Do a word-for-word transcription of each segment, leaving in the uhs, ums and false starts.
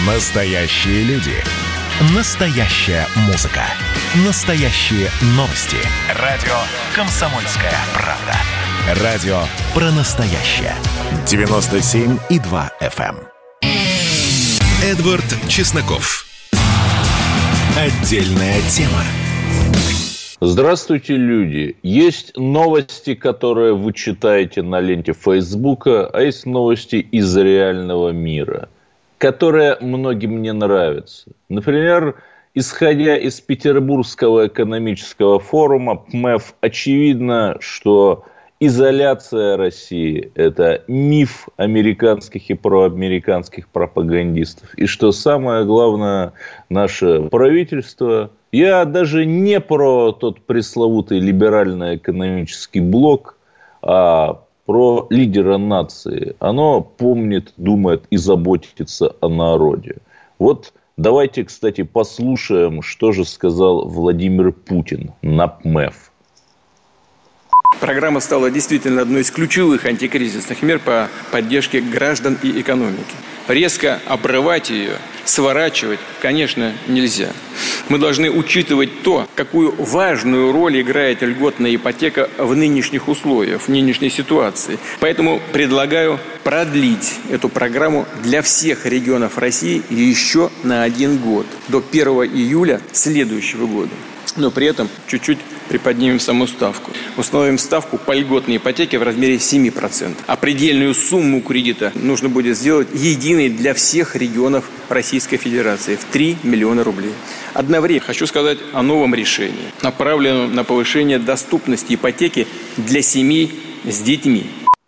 Настоящие люди. Настоящая музыка. Настоящие новости. Радио «Комсомольская правда». Радио про настоящее. девяносто семь и два эф эм. Эдвард Чесноков. Отдельная тема. Здравствуйте, люди. Есть новости, которые вы читаете на ленте Фейсбука, а есть новости из реального мира, которые многим не нравятся. Например, исходя из Петербургского экономического форума пэ эм и эф, очевидно, что изоляция России – это миф американских и проамериканских пропагандистов. И что самое главное, наше правительство, я даже не про тот пресловутый либерально-экономический блок, а про лидера нации. Оно помнит, думает и заботится о народе. Вот давайте, кстати, послушаем, что же сказал Владимир Путин на пэ эм и эф. Программа стала действительно одной из ключевых антикризисных мер по поддержке граждан и экономики. Резко обрывать ее, сворачивать, конечно, нельзя. Мы должны учитывать то, какую важную роль играет льготная ипотека в нынешних условиях, в нынешней ситуации. Поэтому предлагаю продлить эту программу для всех регионов России еще на один год, до первого июля следующего года. Но при этом чуть-чуть приподнимем саму ставку. Установим ставку по льготной ипотеке в размере семь процентов. А предельную сумму кредита нужно будет сделать единой для всех регионов Российской Федерации в три миллиона рублей. Одновременно хочу сказать о новом решении, направленном на повышение доступности ипотеки для семей с детьми.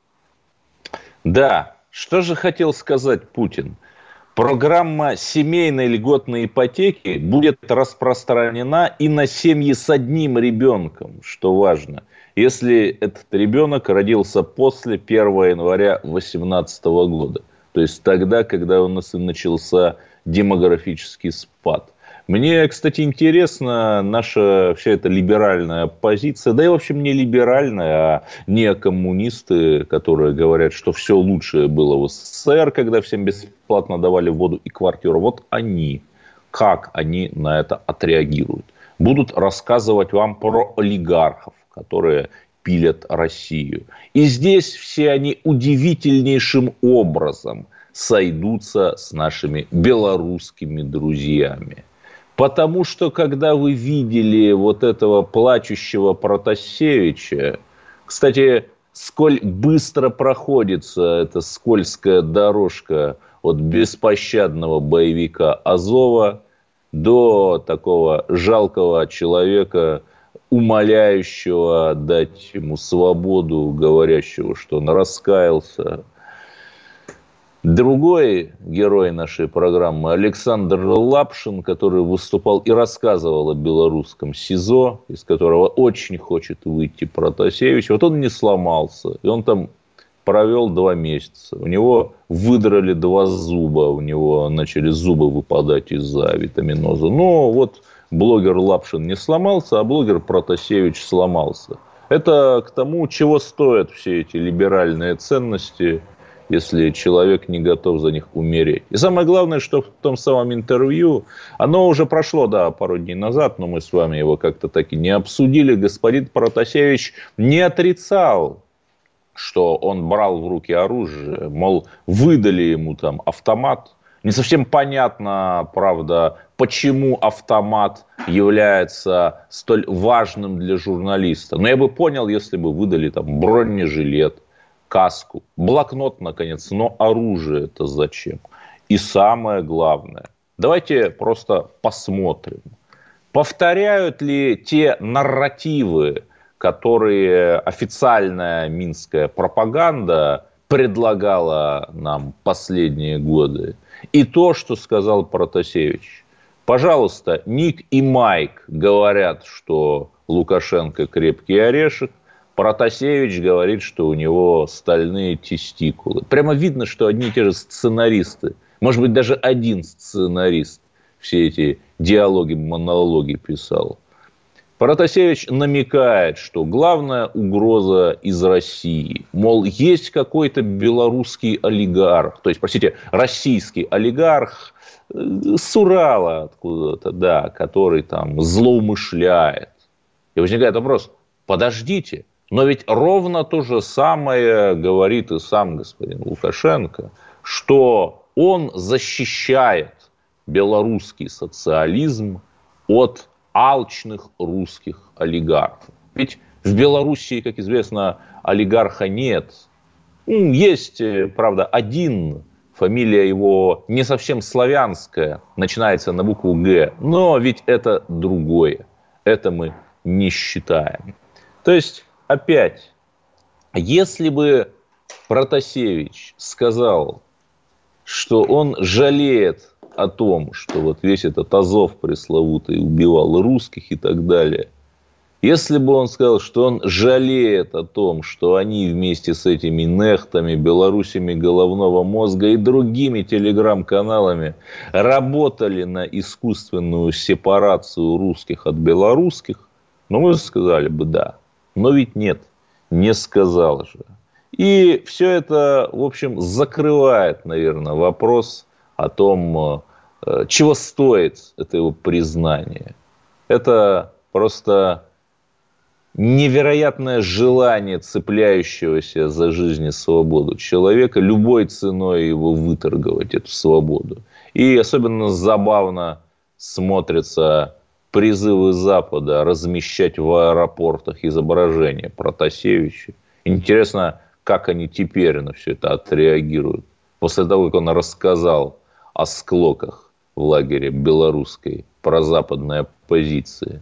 Да, что же хотел сказать Путин? Программа семейной льготной ипотеки будет распространена и на семьи с одним ребенком, что важно, если этот ребенок родился после первого января две тысячи восемнадцатого года, то есть тогда, когда у нас и начался демографический спад. Мне, кстати, интересна наша вся эта либеральная позиция, да и, в общем, не либеральная, а не коммунисты, которые говорят, что все лучшее было в СССР, когда всем бесплатно давали воду и квартиру. Вот они, как они на это отреагируют? Будут рассказывать вам про олигархов, которые пилят Россию. И здесь все они удивительнейшим образом сойдутся с нашими белорусскими друзьями. Потому что, когда вы видели вот этого плачущего Протасевича, кстати, сколь быстро проходится эта скользкая дорожка от беспощадного боевика Азова до такого жалкого человека, умоляющего дать ему свободу, говорящего, что он раскаялся. Другой герой нашей программы, Александр Лапшин, который выступал и рассказывал о белорусском СИЗО, из которого очень хочет выйти Протасевич, вот он не сломался, и он там провел два месяца. У него выдрали два зуба, у него начали зубы выпадать из-за витаминоза. Но вот блогер Лапшин не сломался, а блогер Протасевич сломался. Это к тому, чего стоят все эти либеральные ценности, если человек не готов за них умереть. И самое главное, что в том самом интервью, оно уже прошло, да, пару дней назад, но мы с вами его как-то так и не обсудили, господин Протасевич не отрицал, что он брал в руки оружие, мол, выдали ему там автомат. Не совсем понятно, правда, почему автомат является столь важным для журналиста. Но я бы понял, если бы выдали там бронежилет, каску, блокнот, наконец, но оружие это зачем? И самое главное, давайте просто посмотрим, повторяют ли те нарративы, которые официальная минская пропаганда предлагала нам последние годы, и то, что сказал Протасевич. Пожалуйста, Ник и Майк говорят, что Лукашенко крепкий орешек, Протасевич говорит, что у него стальные тестикулы. Прямо видно, что одни и те же сценаристы. Может быть, даже один сценарист все эти диалоги, монологи писал. Протасевич намекает, что главная угроза из России, мол, есть какой-то белорусский олигарх, то есть, простите, российский олигарх с Урала откуда-то, да, который там злоумышляет. И возникает вопрос, подождите, но ведь ровно то же самое говорит и сам господин Лукашенко, что он защищает белорусский социализм от алчных русских олигархов. Ведь в Белоруссии, как известно, олигарха нет. Есть, правда, один, фамилия его не совсем славянская, начинается на букву «Г», но ведь это другое. Это мы не считаем. То есть, опять, если бы Протасевич сказал, что он жалеет о том, что вот весь этот Азов пресловутый убивал русских и так далее. Если бы он сказал, что он жалеет о том, что они вместе с этими нехтами, белорусями головного мозга и другими телеграм-каналами работали на искусственную сепарацию русских от белорусских, ну, мы сказали бы да. Но ведь нет, не сказал же. И все это, в общем, закрывает, наверное, вопрос о том, чего стоит это его признание. Это просто невероятное желание цепляющегося за жизнь и свободу человека любой ценой его выторговать, эту свободу. И особенно забавно смотрятся призывы Запада размещать в аэропортах изображения Протасевича. Интересно, как они теперь на все это отреагируют. После того, как он рассказал о склоках в лагере белорусской прозападной оппозиции.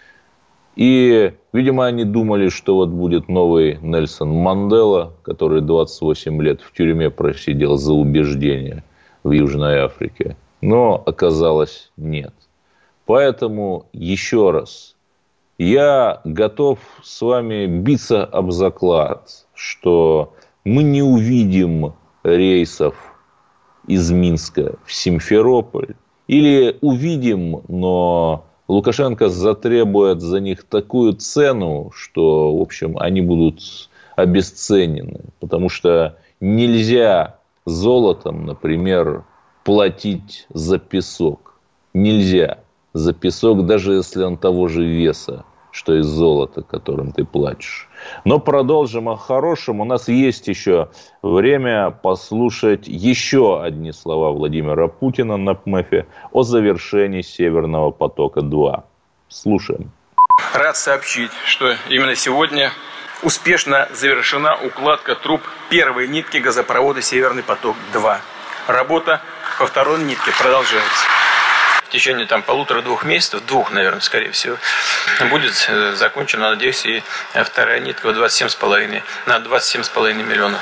И, видимо, они думали, что вот будет новый Нельсон Мандела, который двадцать восемь лет в тюрьме просидел за убеждения в Южной Африке. Но оказалось нет. Поэтому еще раз, я готов с вами биться об заклад, что мы не увидим рейсов из Минска в Симферополь. Или увидим, но Лукашенко затребует за них такую цену, что, в общем, они будут обесценены. Потому что нельзя золотом, например, платить за песок. Нельзя за песок, даже если он того же веса, что и золото, которым ты платишь. Но продолжим о хорошем. У нас есть еще время послушать еще одни слова Владимира Путина на ПМЭФе о завершении Северного потока-два. Слушаем. Рад сообщить, что именно сегодня успешно завершена укладка труб первой нитки газопровода «Северный поток-два». Работа по второй нитке продолжается. В течение там полутора-двух месяцев, двух, наверное, скорее всего, будет закончена, надеюсь, и вторая нитка двадцать семь с половиной, на двадцать семь с половиной миллионов.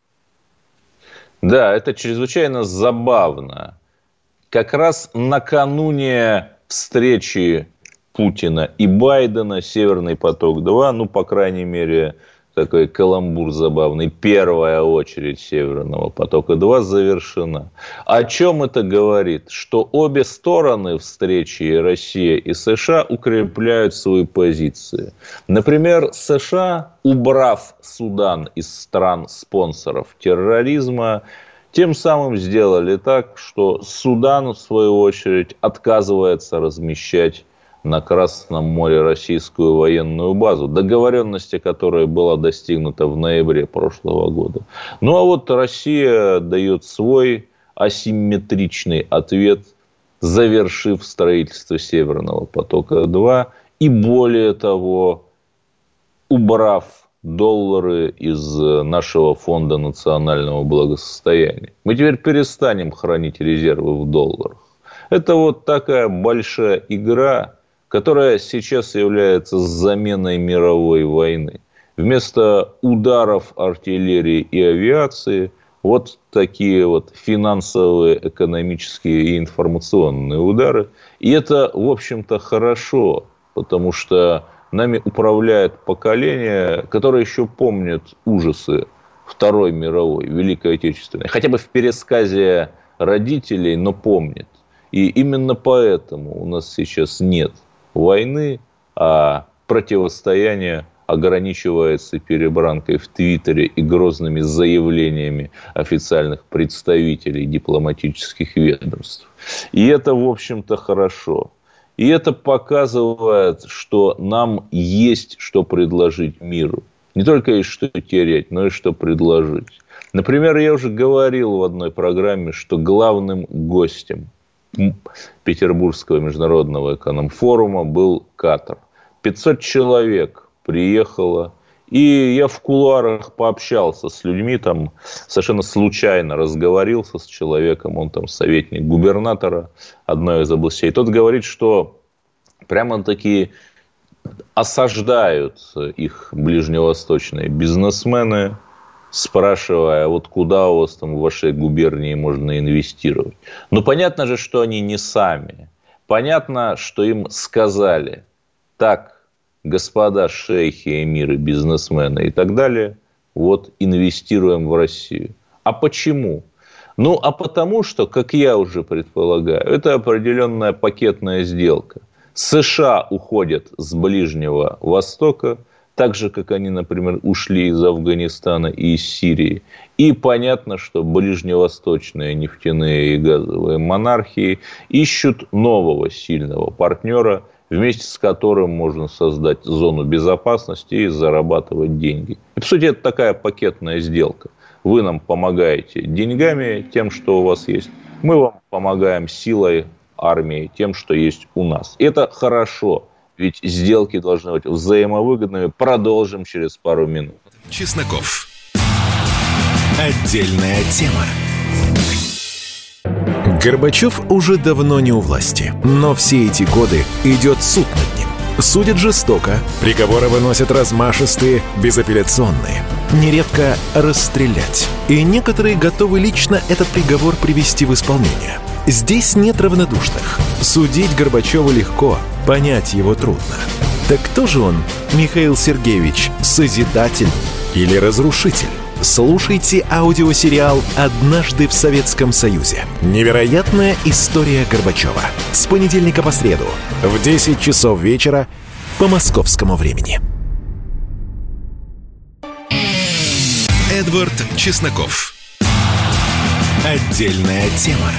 Да, это чрезвычайно забавно. Как раз накануне встречи Путина и Байдена Северный поток-два, ну, по крайней мере, такой каламбур забавный, первая очередь Северного потока-два завершена. О чем это говорит? Что обе стороны встречи, Россия и США, укрепляют свои позиции. Например, США, убрав Судан из стран-спонсоров терроризма, тем самым сделали так, что Судан, в свою очередь, отказывается размещать на Красном море российскую военную базу, договоренность о которой была достигнута в ноябре прошлого года. Ну а вот Россия дает свой асимметричный ответ, завершив строительство Северного потока-два и, более того, убрав доллары из нашего фонда национального благосостояния. Мы теперь перестанем хранить резервы в долларах. Это вот такая большая игра, которая сейчас является заменой мировой войны. Вместо ударов артиллерии и авиации вот такие вот финансовые, экономические и информационные удары. И это, в общем-то, хорошо, потому что нами управляет поколение, которое еще помнит ужасы Второй мировой, Великой Отечественной. Хотя бы в пересказе родителей, но помнит. И именно поэтому у нас сейчас нет войны, а противостояние ограничивается перебранкой в Твиттере и грозными заявлениями официальных представителей дипломатических ведомств. И это, в общем-то, хорошо. И это показывает, что нам есть что предложить миру. Не только есть что терять, но и что предложить. Например, я уже говорил в одной программе, что главным гостем Петербургского международного экономфорума был Катар. пятьсот человек приехало, и я в кулуарах пообщался с людьми, там совершенно случайно разговорился с человеком, он там советник губернатора одной из областей. Тот говорит, что прямо-таки осаждают их ближневосточные бизнесмены, спрашивая, вот куда у вас там в вашей губернии можно инвестировать. Ну, понятно же, что они не сами. Понятно, что им сказали, так, господа шейхи, эмиры, бизнесмены и так далее, вот инвестируем в Россию. А почему? Ну, а потому что, как я уже предполагаю, это определенная пакетная сделка. США уходят с Ближнего Востока, так же, как они, например, ушли из Афганистана и из Сирии. И понятно, что ближневосточные нефтяные и газовые монархии ищут нового сильного партнера, вместе с которым можно создать зону безопасности и зарабатывать деньги. И, по сути, это такая пакетная сделка. Вы нам помогаете деньгами, тем, что у вас есть. Мы вам помогаем силой, армией, тем, что есть у нас. Это хорошо, ведь сделки должны быть взаимовыгодными. Продолжим через пару минут. Чесноков. Отдельная тема. Горбачев уже давно не у власти, но все эти годы идет суд над ним. Судят жестоко, приговоры выносят размашистые, безапелляционные. Нередко расстрелять. И некоторые готовы лично этот приговор привести в исполнение. Здесь нет равнодушных. Судить Горбачева легко, понять его трудно. Так кто же он, Михаил Сергеевич, созидатель или разрушитель? Слушайте аудиосериал «Однажды в Советском Союзе». Невероятная история Горбачева. С понедельника по среду в десять часов вечера по московскому времени. Эдвард Чесноков. Отдельная тема.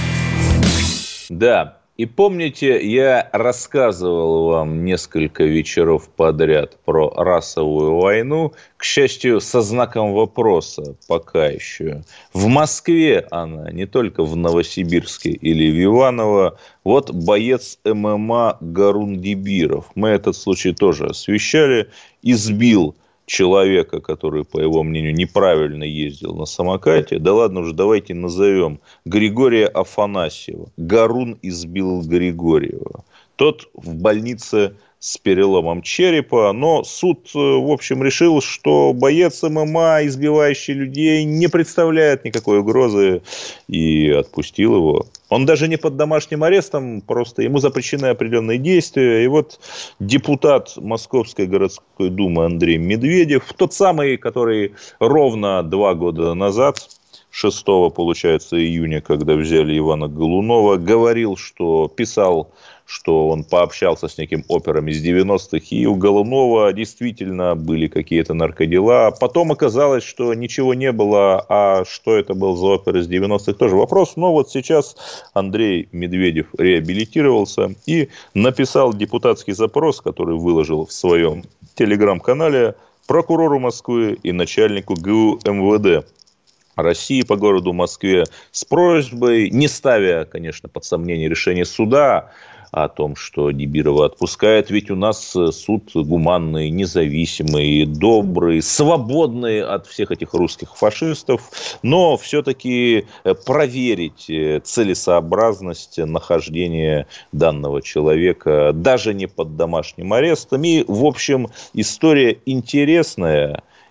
Да. И помните, я рассказывал вам несколько вечеров подряд про расовую войну, к счастью, со знаком вопроса пока еще. В Москве она, не только в Новосибирске или в Иваново. Вот боец ММА Гарун Дибиров, мы этот случай тоже освещали, избил человека, который, по его мнению, неправильно ездил на самокате. Да ладно уже, давайте назовем Григория Афанасьева. Гарун избил Григорьева. Тот в больнице с переломом черепа, но суд, в общем, решил, что боец ММА, избивающий людей, не представляет никакой угрозы, и отпустил его. Он даже не под домашним арестом, просто ему запрещены определенные действия. И вот депутат Московской городской думы Андрей Медведев, тот самый, который ровно два года назад, шестого, получается, июня, когда взяли Ивана Голунова, говорил, что писал, что он пообщался с неким опером из девяностых, и у Голунова действительно были какие-то наркодела. Потом оказалось, что ничего не было, а что это был за опер из девяностых, тоже вопрос. Но вот сейчас Андрей Медведев реабилитировался и написал депутатский запрос, который выложил в своем телеграм-канале прокурору Москвы и начальнику ГУ МВД России по городу Москве с просьбой, не ставя, конечно, под сомнение решение суда о том, что Дибирова отпускает, ведь у нас суд гуманный, независимый, добрый, свободный от всех этих русских фашистов, но все-таки проверить целесообразность нахождения данного человека даже не под домашним арестом. И, в общем, история интересная.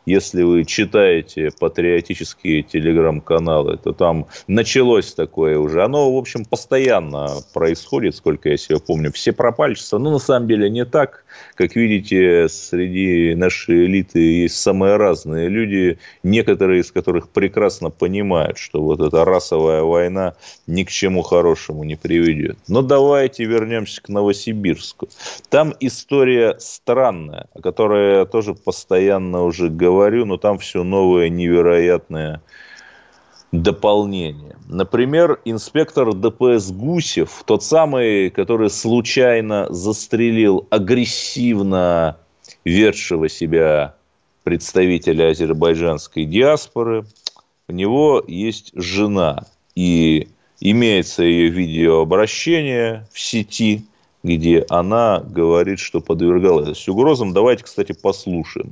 если вы читаете патриотические телеграм-каналы, то там началось такое уже. Оно, в общем, постоянно происходит, сколько я себя помню. Все пропальчатся. Но на самом деле не так. Как видите, среди нашей элиты есть самые разные люди, некоторые из которых прекрасно понимают, что вот эта расовая война ни к чему хорошему не приведет. Но давайте вернемся к Новосибирску. Там история странная, о которой я тоже постоянно уже говорю, но там все новое, невероятное дополнение. Например, инспектор ДПС Гусев, тот самый, который случайно застрелил агрессивно ведшего себя представителя азербайджанской диаспоры, у него есть жена, и имеется ее видеообращение в сети, где она говорит, что подвергалась угрозам. Давайте, кстати, послушаем.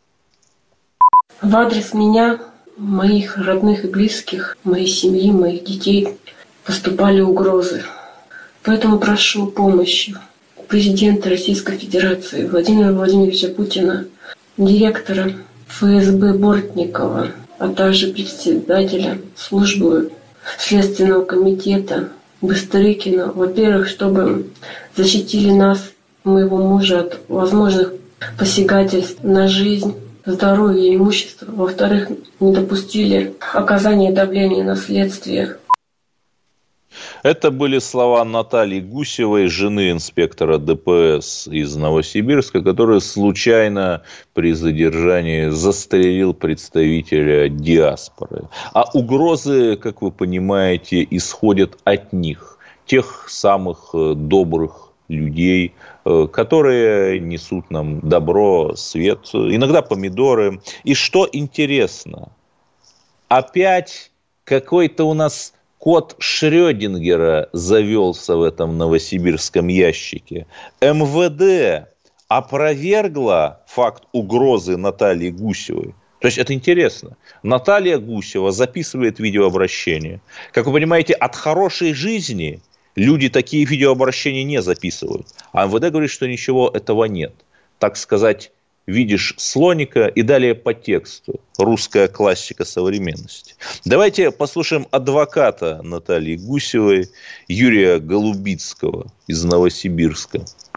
В адрес меня, моих родных и близких, моей семьи, моих детей поступали угрозы. Поэтому прошу помощи у президента Российской Федерации Владимира Владимировича Путина, директора ФСБ Бортникова, а также председателя службы Следственного комитета Быстрыкина, во-первых, чтобы защитили нас, моего мужа, от возможных посягательств на жизнь, здоровье и имущество. Во-вторых, не допустили оказания давления на следствие. Это были слова Натальи Гусевой, жены инспектора ДПС из Новосибирска, который случайно при задержании застрелил представителя диаспоры. А угрозы, как вы понимаете, исходят от них, тех самых добрых людей, которые несут нам добро, свет, иногда помидоры. И что интересно, опять какой-то у нас кот Шрёдингера завелся в этом новосибирском ящике. эм вэ дэ опровергло факт угрозы Натальи Гусевой. То есть это интересно. Наталья Гусева записывает видеообращение. Как вы понимаете, от хорошей жизни люди такие видеообращения не записывают. А эм вэ дэ говорит, что ничего этого нет. Так сказать, видишь слоника, и далее по тексту. Русская классика современности. Давайте послушаем адвоката Натальи Гусевой, Юрия Голубицкого из Новосибирска.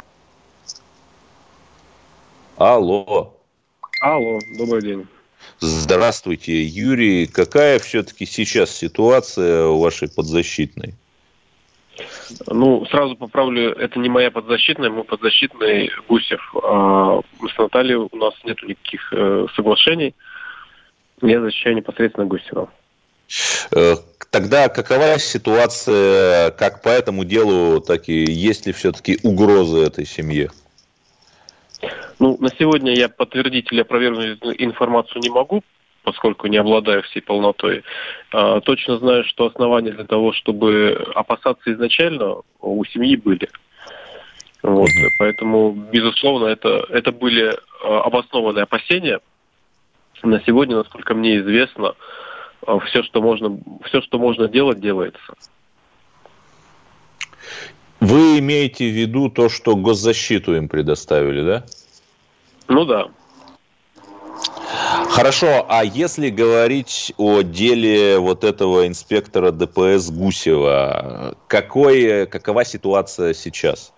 Алло. Алло, добрый день. Здравствуйте, Юрий. Какая все-таки сейчас ситуация у вашей подзащитной? Ну, сразу поправлю, это не моя подзащитная, мой подзащитный Гусев. А с Натальей у нас нет никаких э, соглашений. Я защищаю непосредственно Гусева. Тогда какова ситуация как по этому делу, так и есть ли все-таки угрозы этой семье? Ну, на сегодня я подтвердить или опровергнуть информацию не могу, поскольку не обладаю всей полнотой. А, точно знаю, что основания для того, чтобы опасаться изначально, у семьи были. Вот. Mm-hmm. Поэтому, безусловно, это, это были обоснованные опасения. На сегодня, насколько мне известно, все, что можно, все, что можно делать, делается. Вы имеете в виду то, что госзащиту им предоставили, да? Ну да. Хорошо, а если говорить о деле вот этого инспектора ДПС Гусева, какой, какова ситуация сейчас?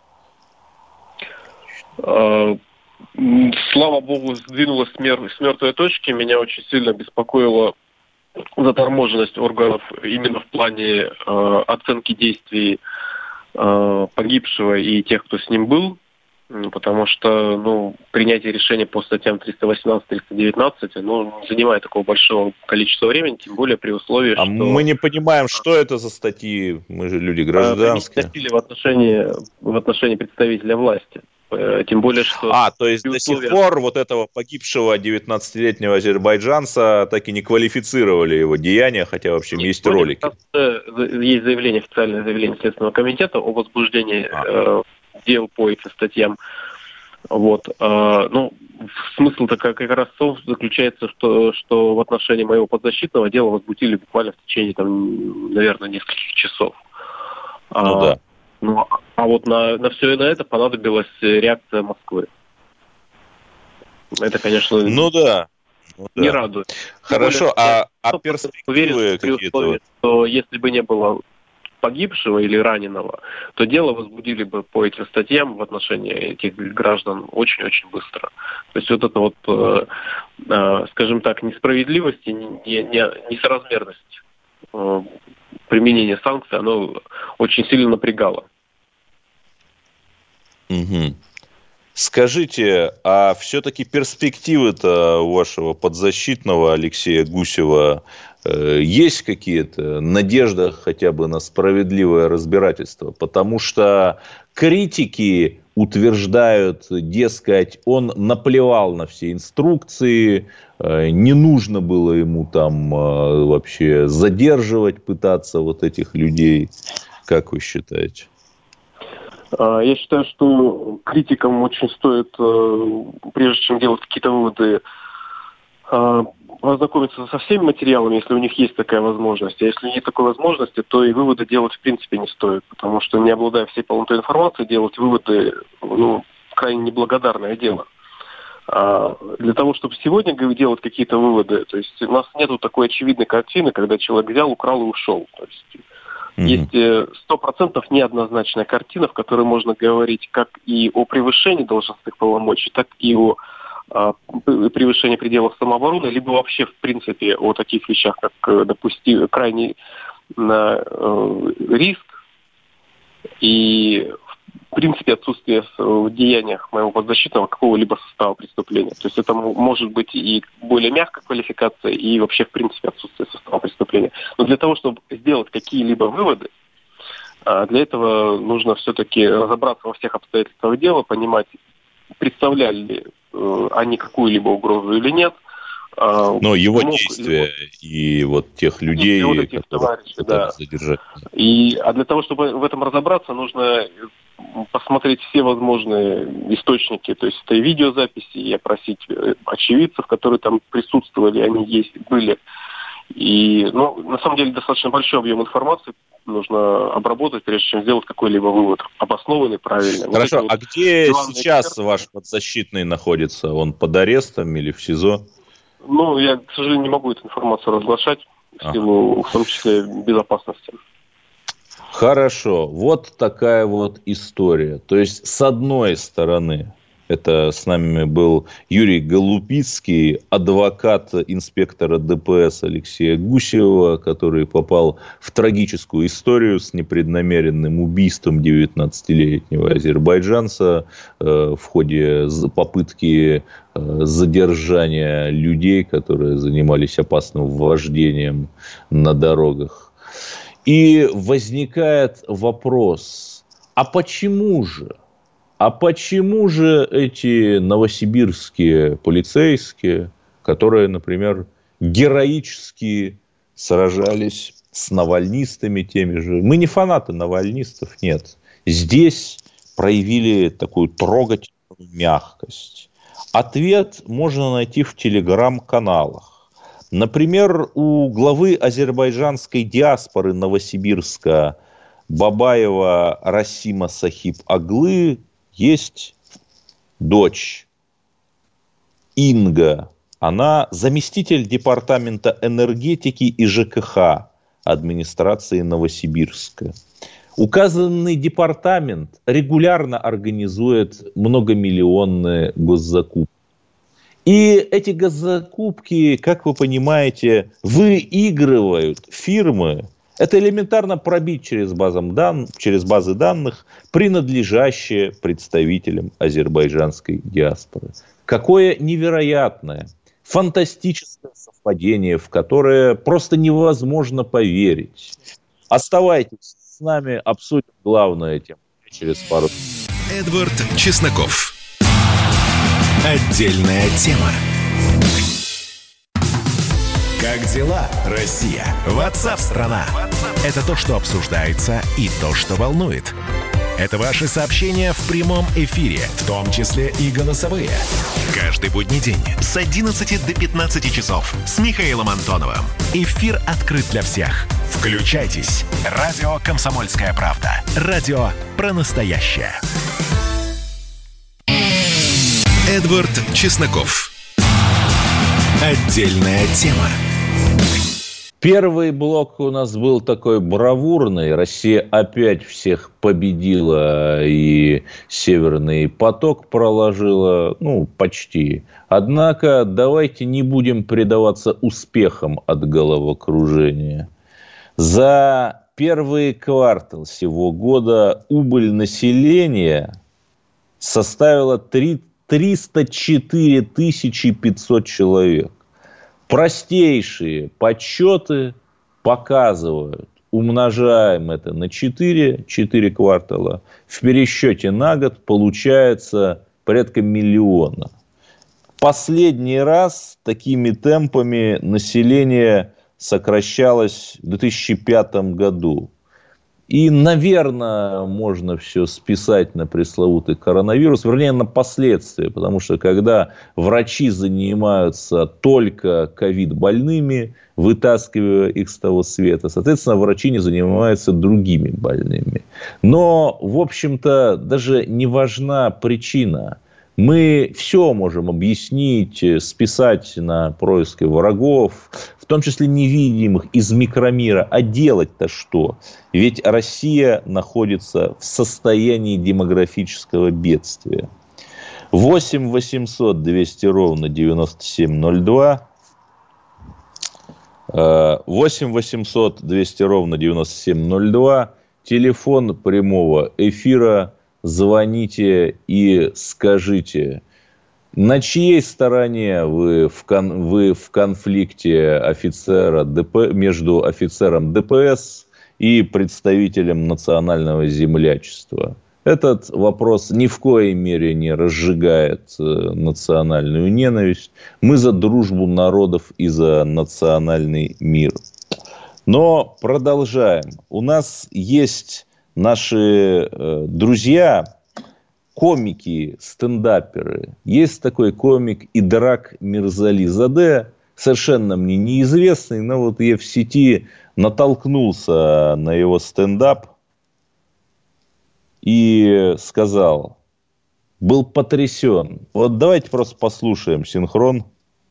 Слава богу, сдвинулась с мертвой точки. Меня очень сильно беспокоила заторможенность органов именно в плане э, оценки действий э, погибшего и тех, кто с ним был. Потому что, ну, принятие решения по статьям триста восемнадцать - триста девятнадцать, ну, не занимает такого большого количества времени, тем более при условии, а что... мы не понимаем, что это за статьи, мы же люди гражданские. Насилие в отношении, в отношении представителя власти. Тем более, что... А, то есть до сих пор вот этого погибшего девятнадцатилетнего азербайджанца так и не квалифицировали его деяния, хотя, в общем, есть ролики. Есть заявление, официальное заявление Следственного комитета о возбуждении... А. дел по этим статьям. Вот. А, ну, смысл-то как, как раз в том заключается, что, что в отношении моего подзащитного дела возбудили буквально в течение, там, наверное, нескольких часов. Ну а, да. Ну, а вот на, на все на это понадобилась реакция Москвы. Это, конечно... Ну да. Ну, не да. радует. Хорошо, более, а, а перспективы уверен, какие-то? Условии, что если бы не было погибшего или раненого, то дело возбудили бы по этим статьям в отношении этих граждан очень-очень быстро. То есть вот это вот, э, э, скажем так, несправедливость и не, не, несоразмерность э, применения санкций, оно очень сильно напрягало. Угу. Скажите, а все-таки перспективы-то у вашего подзащитного Алексея Гусева э, есть какие-то? Надежда хотя бы на справедливое разбирательство? Потому что критики утверждают, дескать, он наплевал на все инструкции, э, не нужно было ему там э, вообще задерживать, пытаться вот этих людей. Как вы считаете? Я считаю, что критикам очень стоит, прежде чем делать какие-то выводы, ознакомиться со всеми материалами, если у них есть такая возможность. А если нет такой возможности, то и выводы делать в принципе не стоит. Потому что, не обладая всей полнотой информации, делать выводы, ну, крайне неблагодарное дело. А для того, чтобы сегодня делать какие-то выводы, то есть у нас нету такой очевидной картины, когда человек взял, украл и ушел. То есть есть сто процентов неоднозначная картина, в которой можно говорить как и о превышении должностных полномочий, так и о а, превышении пределов самообороны, либо вообще, в принципе, о таких вещах, как, допустим, крайний на, э, риск и, в принципе, отсутствие в деяниях моего подзащитного какого-либо состава преступления. То есть это может быть и более мягкая квалификация, и вообще, в принципе, отсутствие состава преступления. Но для того, чтобы сделать какие-либо выводы, для этого нужно все-таки разобраться во всех обстоятельствах дела, понимать, представляли ли они какую-либо угрозу или нет. Но его мог, действия и вот тех людей, вот этих которых да. задержать. И, а для того, чтобы в этом разобраться, нужно посмотреть все возможные источники, то есть это и видеозаписи, и опросить очевидцев, которые там присутствовали, они есть, были. И, ну, на самом деле, достаточно большой объем информации нужно обработать, прежде чем сделать какой-либо вывод, обоснованный, правильный. Хорошо, вот а вот где сейчас эксперты, ваш подзащитный находится? Он под арестом или в СИЗО? Ну, я, к сожалению, не могу эту информацию разглашать, в силу, в том числе, безопасности. Хорошо, вот такая вот история. То есть, с одной стороны, это с нами был Юрий Голубицкий, адвокат инспектора ДПС Алексея Гусева, который попал в трагическую историю с непреднамеренным убийством девятнадцатилетнего азербайджанца э, в ходе попытки э, задержания людей, которые занимались опасным вождением на дорогах. И возникает вопрос, а почему же? А почему же эти новосибирские полицейские, которые, например, героически сражались с навальнистами теми же, мы не фанаты навальнистов, нет, здесь проявили такую трогательную мягкость. Ответ можно найти в телеграм-каналах. Например, у главы азербайджанской диаспоры Новосибирска Бабаева Расима Сахиб-Аглы есть дочь Инга. Она заместитель департамента энергетики и ЖКХ администрации Новосибирска. Указанный департамент регулярно организует многомиллионные госзакупки. И эти госзакупки, как вы понимаете, выигрывают фирмы. Это элементарно пробить через, базам дан... через базы данных, принадлежащие представителям азербайджанской диаспоры. Какое невероятное, фантастическое совпадение, в которое просто невозможно поверить. Оставайтесь с нами, обсудим главную тему через пару минут. Эдвард Чесноков. Отдельная тема. Как дела, Россия? Ватсап-страна! Это то, что обсуждается и то, что волнует. Это ваши сообщения в прямом эфире, в том числе и голосовые. Каждый будний день с одиннадцати до пятнадцати часов с Михаилом Антоновым. Эфир открыт для всех. Включайтесь. Радио «Комсомольская правда». Радио про настоящее. Эдвард Чесноков. Отдельная тема. Первый блок у нас был такой бравурный. Россия опять всех победила и Северный поток проложила. Ну, почти. Однако давайте не будем предаваться успехам от головокружения. За первый квартал сего года убыль населения составила триста четыре тысячи пятьсот человек. Простейшие подсчеты показывают, умножаем это на четыре, четыре квартала, в пересчете на год получается порядка миллиона. Последний раз такими темпами население сокращалось в две тысячи пятом году. И, наверное, можно все списать на пресловутый коронавирус, вернее, на последствия, потому что когда врачи занимаются только ковид-больными, вытаскивая их с того света, соответственно, врачи не занимаются другими больными. Но, в общем-то, даже не важна причина. Мы все можем объяснить, списать на происки врагов, в том числе невидимых, из микромира. А делать-то что? Ведь Россия находится в состоянии демографического бедствия. восемь восемьсот двести ровно девяносто семь ноль два. восемь восемьсот двести ровно девяносто семь ноль два. Телефон прямого эфира. Звоните и скажите, на чьей стороне вы в, кон, вы в конфликте офицера ДП, между офицером ДПС и представителем национального землячества. Этот вопрос ни в коей мере не разжигает национальную ненависть. Мы за дружбу народов и за национальный мир. Но продолжаем. У нас есть... Наши э, друзья, комики, стендаперы. Есть такой комик Идрак Мирзализаде, совершенно мне неизвестный, но вот я в сети натолкнулся на его стендап и сказал, был потрясен. Вот давайте просто послушаем синхрон.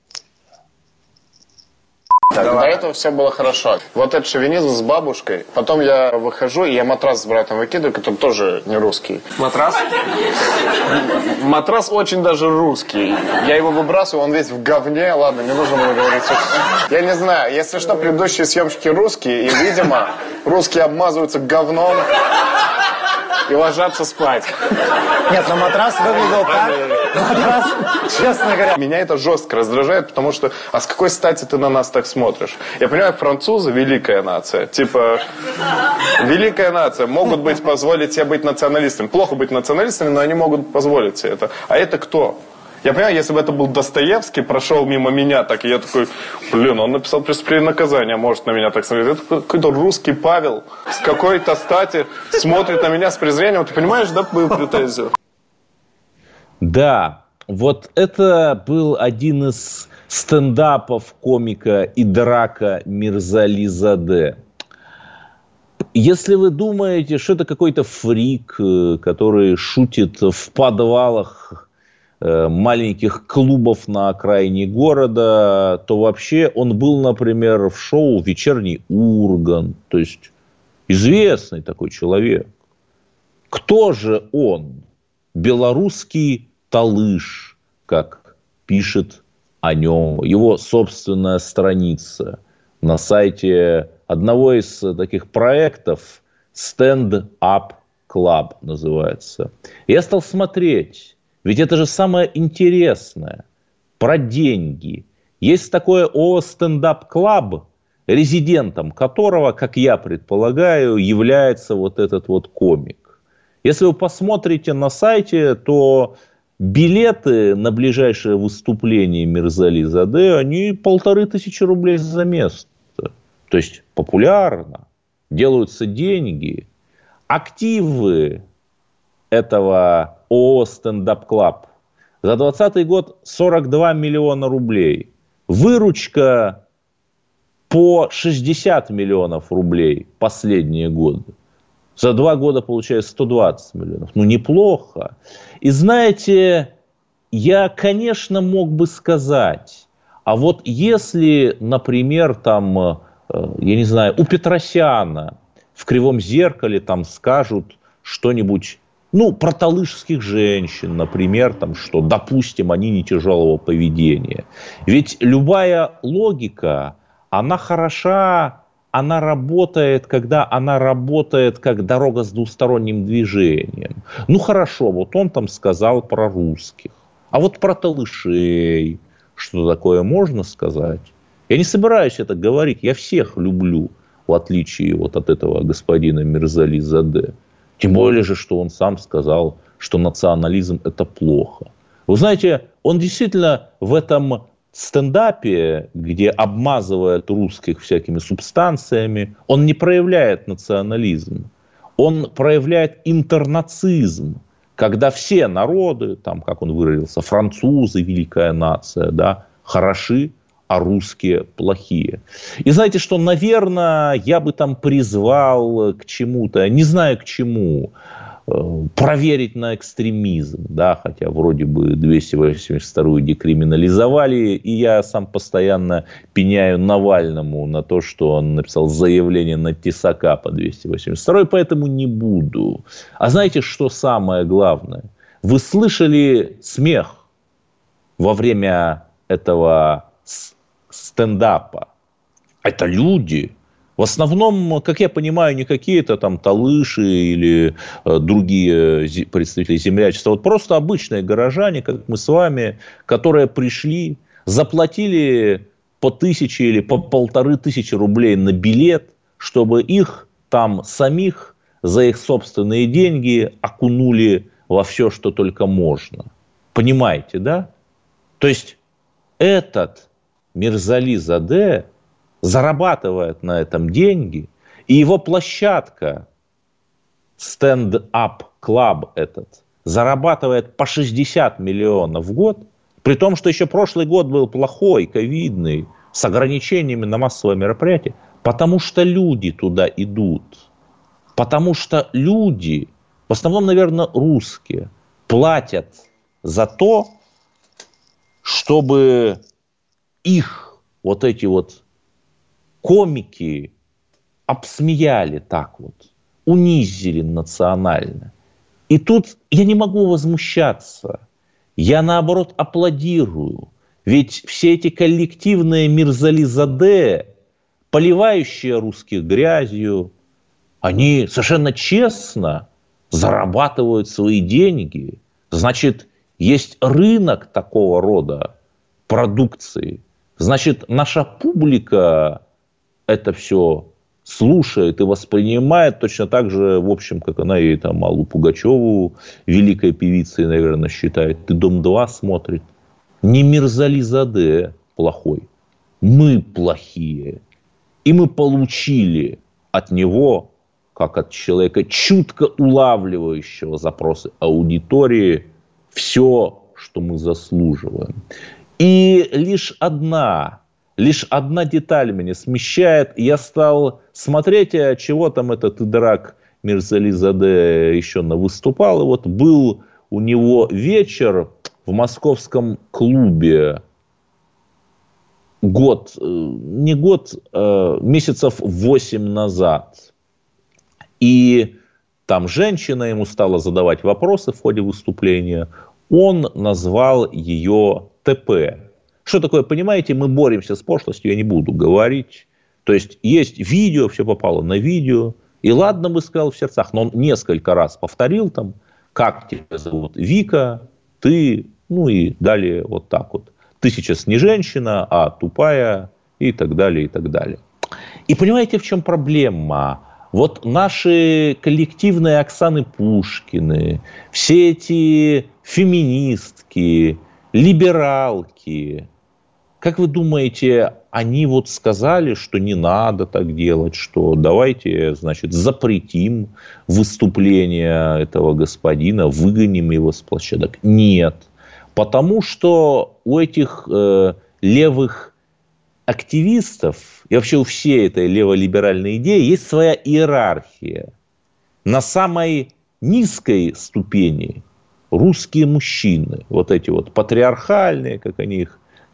Так, до этого все было хорошо. Вот этот шовинизм с бабушкой. Потом я выхожу, и я матрас с братом выкидываю, который тоже не русский. Матрас? Матрас очень даже русский. Я его выбрасываю, он весь в говне. Ладно, не нужно было говорить. Я не знаю, если что, предыдущие съемщики русские, и, видимо, русские обмазываются говном и ложатся спать. Нет, но матрас выглядел так. Матрас, честно говоря. Меня это жестко раздражает, потому что, а с какой стати ты на нас так смотришь? Я понимаю, французы великая нация. Типа, великая нация. Могут быть, позволить себе быть националистами. Плохо быть националистами, но они могут позволить себе это. А это кто? Я понимаю, если бы это был Достоевский, прошел мимо меня, так и я такой, блин, он написал «Преступление и наказание», может на меня так смотреть. Это какой-то русский Павел с какой-то стати смотрит на меня с презрением. Ты понимаешь, да, мою претензию? Да, вот это был один из стендапов комика Идрака Мирзализаде. Если вы думаете, что это какой-то фрик, который шутит в подвалах маленьких клубов на окраине города, то вообще он был, например, в шоу «Вечерний Ургант». То есть известный такой человек. Кто же он? Белорусский Талыш, как пишет о нем его собственная страница на сайте одного из таких проектов Stand Up Club называется. Я стал смотреть. Ведь это же самое интересное. Про деньги. Есть такое ООО «Стендап Клаб», резидентом которого, как я предполагаю, является вот этот вот комик. Если вы посмотрите на сайте, то билеты на ближайшее выступление Мирзализаде, они полторы тысячи рублей за место. То есть популярно, делаются деньги. Активы этого ООО «Стендап Клаб» за двадцатый год сорок два миллиона рублей. Выручка по шестьдесят миллионов рублей последние годы. За два года получается сто двадцать миллионов. Ну, неплохо. И знаете, я, конечно, мог бы сказать, А вот если, например, там, я не знаю, у Петросяна в «Кривом зеркале» там скажут что-нибудь, ну, про талышских женщин, например, там, что, допустим, они не тяжелого поведения. Ведь любая логика, она хороша, она работает, когда она работает как дорога с двусторонним движением. Ну, хорошо, вот он там сказал про русских. А вот про талышей что такое можно сказать? Я не собираюсь это говорить, я всех люблю, в отличие вот от этого господина Мирзали Заде. Тем более же, что он сам сказал, что национализм – это плохо. Вы знаете, он действительно в этом стендапе, где обмазывает русских всякими субстанциями, он не проявляет национализм, он проявляет интернацизм, когда все народы, там, как он выразился, французы, великая нация, да, хороши, а русские плохие. И знаете, что, наверное, я бы там призвал к чему-то, не знаю к чему, проверить на экстремизм, да, хотя вроде бы двести восемьдесят вторую декриминализовали, и я сам постоянно пеняю Навальному на то, что он написал заявление на Тесака по двести восемьдесят второй, поэтому не буду. А знаете, что самое главное? Вы слышали смех во время этого стендапа? Это люди. В основном, как я понимаю, не какие-то там талыши или э, другие представители землячества. Вот просто обычные горожане, как мы с вами, которые пришли, заплатили по тысяче или по полторы тысячи рублей на билет, чтобы их там самих за их собственные деньги окунули во все, что только можно. Понимаете, да? То есть этот Мирзали Заде зарабатывает на этом деньги, и его площадка, стенд-ап клаб этот, зарабатывает по шестьдесят миллионов в год, при том, что еще прошлый год был плохой, ковидный, с ограничениями на массовые мероприятия, потому что люди туда идут, потому что люди, в основном, наверное, русские, платят за то, чтобы их вот эти вот комики обсмеяли так вот, унизили национально. И тут я не могу возмущаться. Я, наоборот, аплодирую. Ведь все эти коллективные Мирзали Заде, поливающие русских грязью, они совершенно честно зарабатывают свои деньги. Значит, есть рынок такого рода продукции. Значит, наша публика это все слушает и воспринимает точно так же, в общем, как она и там Аллу Пугачеву, великой певицей, наверное, считает. Ты «Дом-два» смотрит. Не Мирзали Заде плохой. Мы плохие. И мы получили от него, как от человека, чутко улавливающего запросы аудитории, все, что мы заслуживаем. И лишь одна, лишь одна деталь меня смещает. Я стал смотреть, а чего там этот Идрак Мирзали Заде еще выступал. И вот был у него вечер в московском клубе год, не год, а месяцев восемь назад. И там женщина ему стала задавать вопросы в ходе выступления. Он назвал ее ТП. Что такое, понимаете, мы боремся с пошлостью, я не буду говорить. То есть, есть видео, все попало на видео. И ладно бы сказал в сердцах, но он несколько раз повторил там, как тебя зовут, Вика, ты, ну и далее вот так вот. Ты сейчас не женщина, а тупая, и так далее, и так далее. И понимаете, в чем проблема? Вот наши коллективные Оксаны Пушкины, все эти феминистки, либералки, как вы думаете, они вот сказали, что не надо так делать, что давайте, значит, запретим выступление этого господина, выгоним его с площадок? Нет. Потому что у этих э, левых активистов и вообще у всей этой леволиберальной идеи есть своя иерархия. На самой низкой ступени русские мужчины, вот эти вот патриархальные, как они их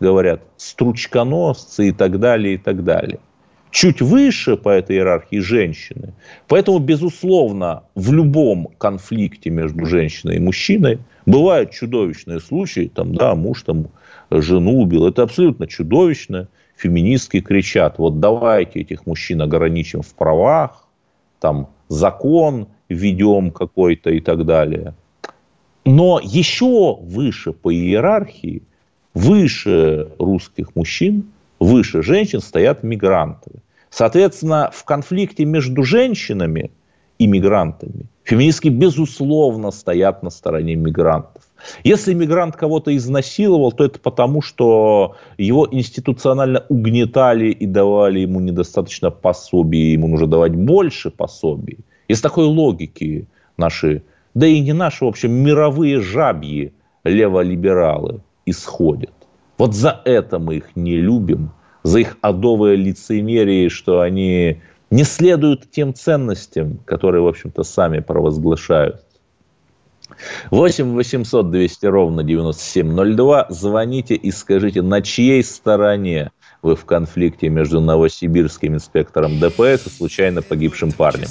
говорят, стручконосцы и так далее, и так далее. Чуть выше по этой иерархии женщины. Поэтому, безусловно, в любом конфликте между женщиной и мужчиной бывают чудовищные случаи, там, да, муж там жену убил. Это абсолютно чудовищно. Феминистки кричат, вот давайте этих мужчин ограничим в правах, там, закон введем какой-то и так далее. Но еще выше по иерархии, выше русских мужчин, выше женщин стоят мигранты. Соответственно, в конфликте между женщинами и мигрантами феминистки, безусловно, стоят на стороне мигрантов. Если мигрант кого-то изнасиловал, то это потому, что его институционально угнетали и давали ему недостаточно пособий, ему нужно давать больше пособий. Из такой логики наши, да и не наши, в общем, мировые жабьи леволибералы исходят. Вот за это мы их не любим, за их адовое лицемерие, что они не следуют тем ценностям, которые, в общем-то, сами провозглашают. восемь восемьсот двести ровно девяносто семь ноль два. Звоните и скажите, на чьей стороне вы в конфликте между новосибирским инспектором ДПС и случайно погибшим парнем.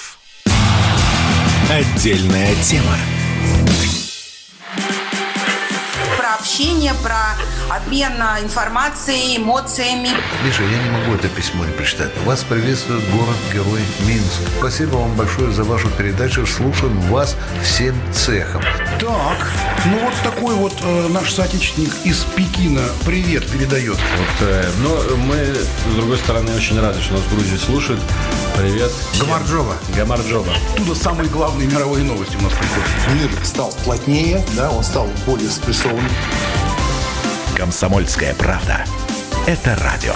Отдельная тема. Про общение, про обмен информацией, эмоциями. Миша, я не могу это письмо не прочитать. Вас приветствует город-герой Минск. Спасибо вам большое за вашу передачу. Слушаем вас всем цехом. Так, ну вот такой вот э, наш соотечественник из Пекина привет передает. Вот, э, но мы, с другой стороны, очень рады, что нас в Грузии слушают. Привет. Гамарджоба. Гамарджоба. Оттуда самые главные мировые новости у нас приходят. Мир стал плотнее, да, он стал более спрессованным. «Комсомольская правда». Это радио.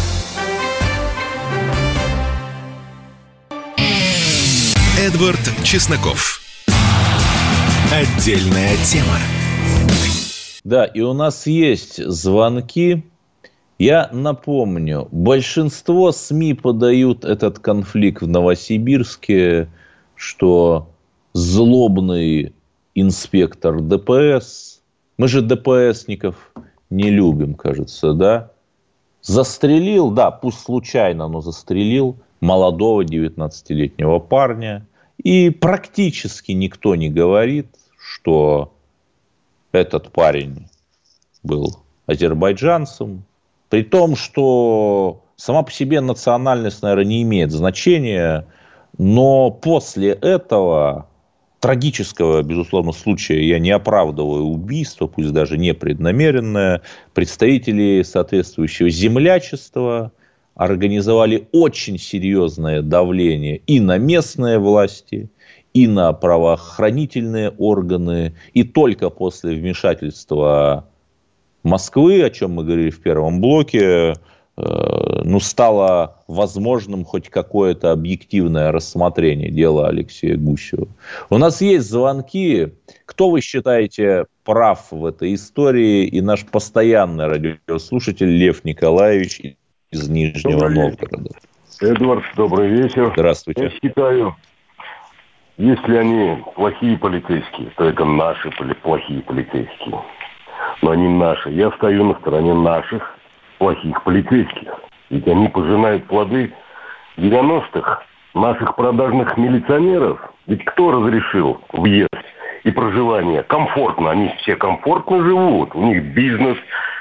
Эдвард Чесноков. Отдельная тема. Да, и у нас есть звонки. Я напомню, большинство СМИ подают этот конфликт в Новосибирске, что злобный инспектор ДПС, мы же ДПСников не любим, кажется, да, застрелил, да, пусть случайно, но застрелил молодого девятнадцатилетнего парня. И практически никто не говорит, что этот парень был азербайджанцем. При том, что сама по себе национальность, наверное, не имеет значения. Но после этого трагического, безусловно, случая, я не оправдываю убийство, пусть даже непреднамеренное, представители соответствующего землячества организовали очень серьезное давление и на местные власти, и на правоохранительные органы. И только после вмешательства Москвы, о чем мы говорили в первом блоке, ну, стало возможным хоть какое-то объективное рассмотрение дела Алексея Гусева. У нас есть звонки. Кто вы считаете прав в этой истории? И наш постоянный радиослушатель Лев Николаевич из Нижнего добрый Новгорода. Эдвард, добрый вечер. Здравствуйте. Я считаю, если они плохие полицейские, то это наши плохие полицейские. Но они наши. Я стою на стороне наших плохих полицейских. Ведь они пожинают плоды девяностых наших продажных милиционеров. Ведь кто разрешил въезд и проживание? Комфортно. Они все комфортно живут. У них бизнес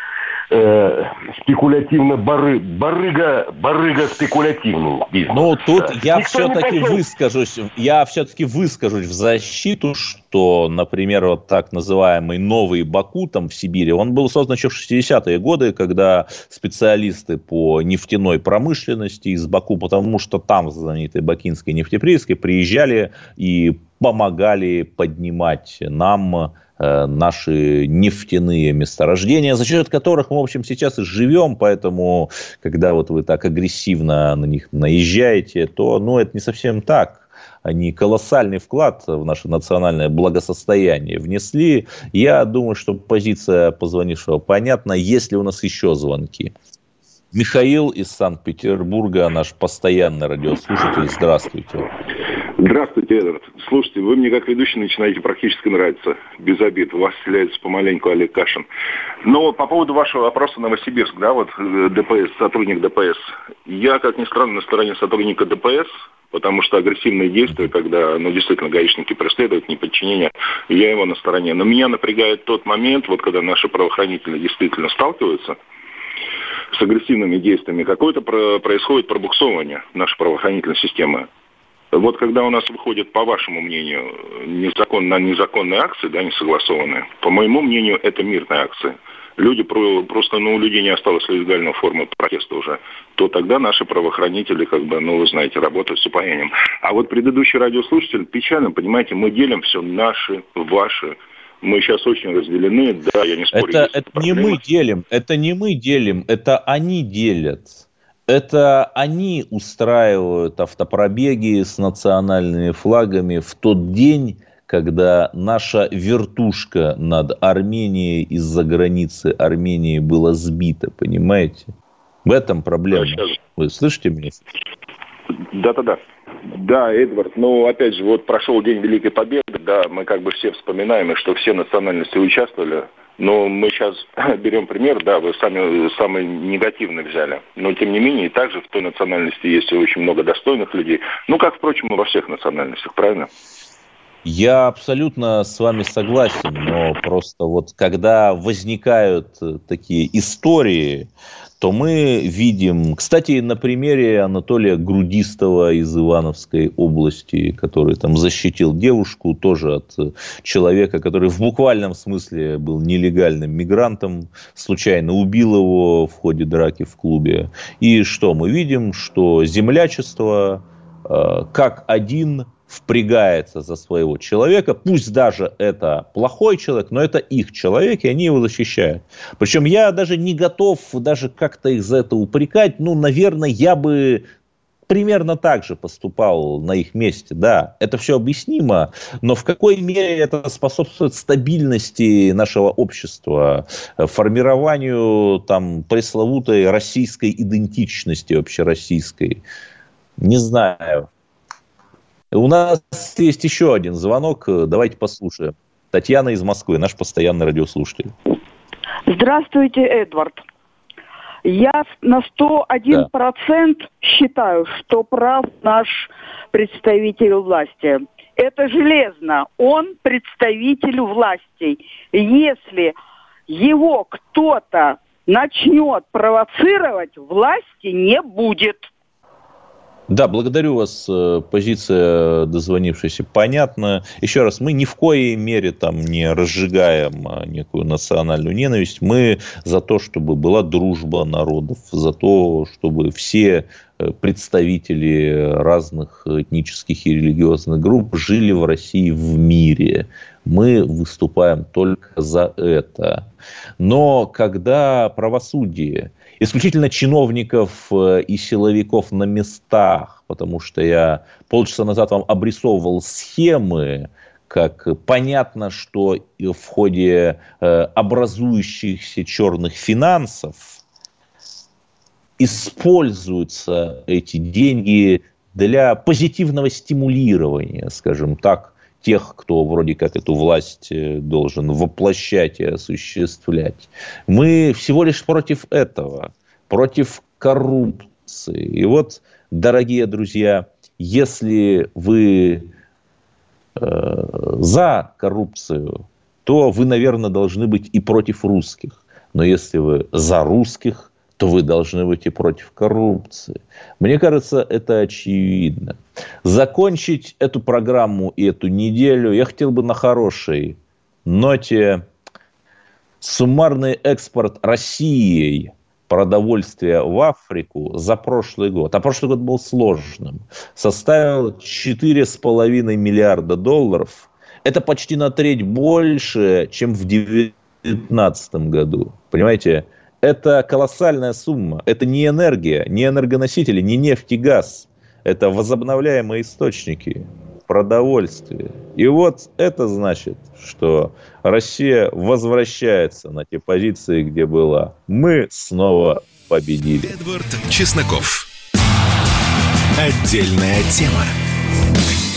э, спекулятивно бары, барыга, барыга спекулятивный бизнес. Ну, тут да. я Никто все-таки выскажусь, я все-таки выскажусь в защиту, что, например, вот так называемый Новый Баку там в Сибири, он был создан еще в шестидесятые годы, когда специалисты по нефтяной промышленности из Баку, потому что там, в знаменитой бакинской нефтеприиске, приезжали и помогали поднимать нам наши нефтяные месторождения, за счет которых мы, в общем, сейчас и живем, поэтому, когда вот вы так агрессивно на них наезжаете, то, ну, это не совсем так. Они колоссальный вклад в наше национальное благосостояние внесли. Я думаю, что позиция позвонившего понятна. Есть ли у нас еще звонки? Михаил из Санкт-Петербурга, наш постоянный радиослушатель. Здравствуйте. Здравствуйте, Эдвард. Слушайте, вы мне как ведущий начинаете практически нравиться. Без обид. У вас вселяется помаленьку Олег Кашин. Но по поводу вашего вопроса Новосибирск, да, вот ДПС, сотрудник ДПС. Я, как ни странно, на стороне сотрудника ДПС, потому что агрессивные действия, когда, ну, действительно, гаишники преследуют неподчинение, я его на стороне. Но меня напрягает тот момент, вот когда наши правоохранители действительно сталкиваются с агрессивными действиями, какое-то про- происходит пробуксовывание нашей правоохранительной системы. Вот когда у нас выходят, по вашему мнению, незакон, на незаконные акции, да, несогласованные, по моему мнению, это мирные акции. Люди, просто, ну, у людей не осталось легальной формы протеста уже, то тогда наши правоохранители, как бы, ну, вы знаете, работают с упоением. А вот предыдущий радиослушатель, печально, понимаете, мы делим все наши, ваши. Мы сейчас очень разделены, да, я не спорю. Это, это не мы делим, это не мы делим, это они делят. Это они устраивают автопробеги с национальными флагами в тот день, когда наша вертушка над Арменией из-за границы Армении была сбита, понимаете? В этом проблема. Вы слышите меня? Да-да-да. Да, Эдвард, ну, опять же, вот прошел День Великой Победы, да, мы как бы все вспоминаем, что все национальности участвовали. Но мы сейчас берем пример, да, вы сами самый негативный взяли. Но, тем не менее, и также в той национальности есть очень много достойных людей. Ну, как, впрочем, и во всех национальностях, правильно? Я абсолютно с вами согласен, но просто вот когда возникают такие истории, то мы видим, кстати, на примере Анатолия Грудистова из Ивановской области, который там защитил девушку тоже от человека, который в буквальном смысле был нелегальным мигрантом, случайно убил его в ходе драки в клубе. И что мы видим? Что землячество э, как один впрягается за своего человека, пусть даже это плохой человек, но это их человек, и они его защищают. Причем я даже не готов даже как-то их за это упрекать. Ну, наверное, я бы примерно так же поступал на их месте. Да, это все объяснимо, но в какой мере это способствует стабильности нашего общества, формированию там пресловутой российской идентичности общероссийской? Не знаю. У нас есть еще один звонок. Давайте послушаем. Татьяна из Москвы, наш постоянный радиослушатель. Здравствуйте, Эдвард. Я на сто один процент да. считаю, что прав наш представитель власти. Это железно. Он представитель власти. Если его кто-то начнет провоцировать, власти не будет. Да, благодарю вас. Позиция дозвонившейся понятна. Еще раз, мы ни в коей мере там не разжигаем некую национальную ненависть. Мы за то, чтобы была дружба народов, за то, чтобы все представители разных этнических и религиозных групп жили в России в мире. Мы выступаем только за это. Но когда правосудие, исключительно чиновников и силовиков на местах, потому что я полчаса назад вам обрисовывал схемы, как понятно, что в ходе образующихся черных финансов используются эти деньги для позитивного стимулирования, скажем так, тех, кто вроде как эту власть должен воплощать и осуществлять. Мы всего лишь против этого, против коррупции. И вот, дорогие друзья, если вы э, за коррупцию, то вы, наверное, должны быть и против русских. Но если вы за русских, то вы должны быть и против коррупции. Мне кажется, это очевидно. Закончить эту программу и эту неделю я хотел бы на хорошей ноте. Суммарный экспорт Россией продовольствия в Африку за прошлый год, а прошлый год был сложным, составил четыре с половиной миллиарда долларов. Это почти на треть больше, чем в две тысячи девятнадцатом году. Понимаете? Это колоссальная сумма. Это не энергия, не энергоносители, не нефть и газ. Это возобновляемые источники продовольствия. И вот это значит, что Россия возвращается на те позиции, где была. Мы снова победили. Эдвард Чесноков. Отдельная тема.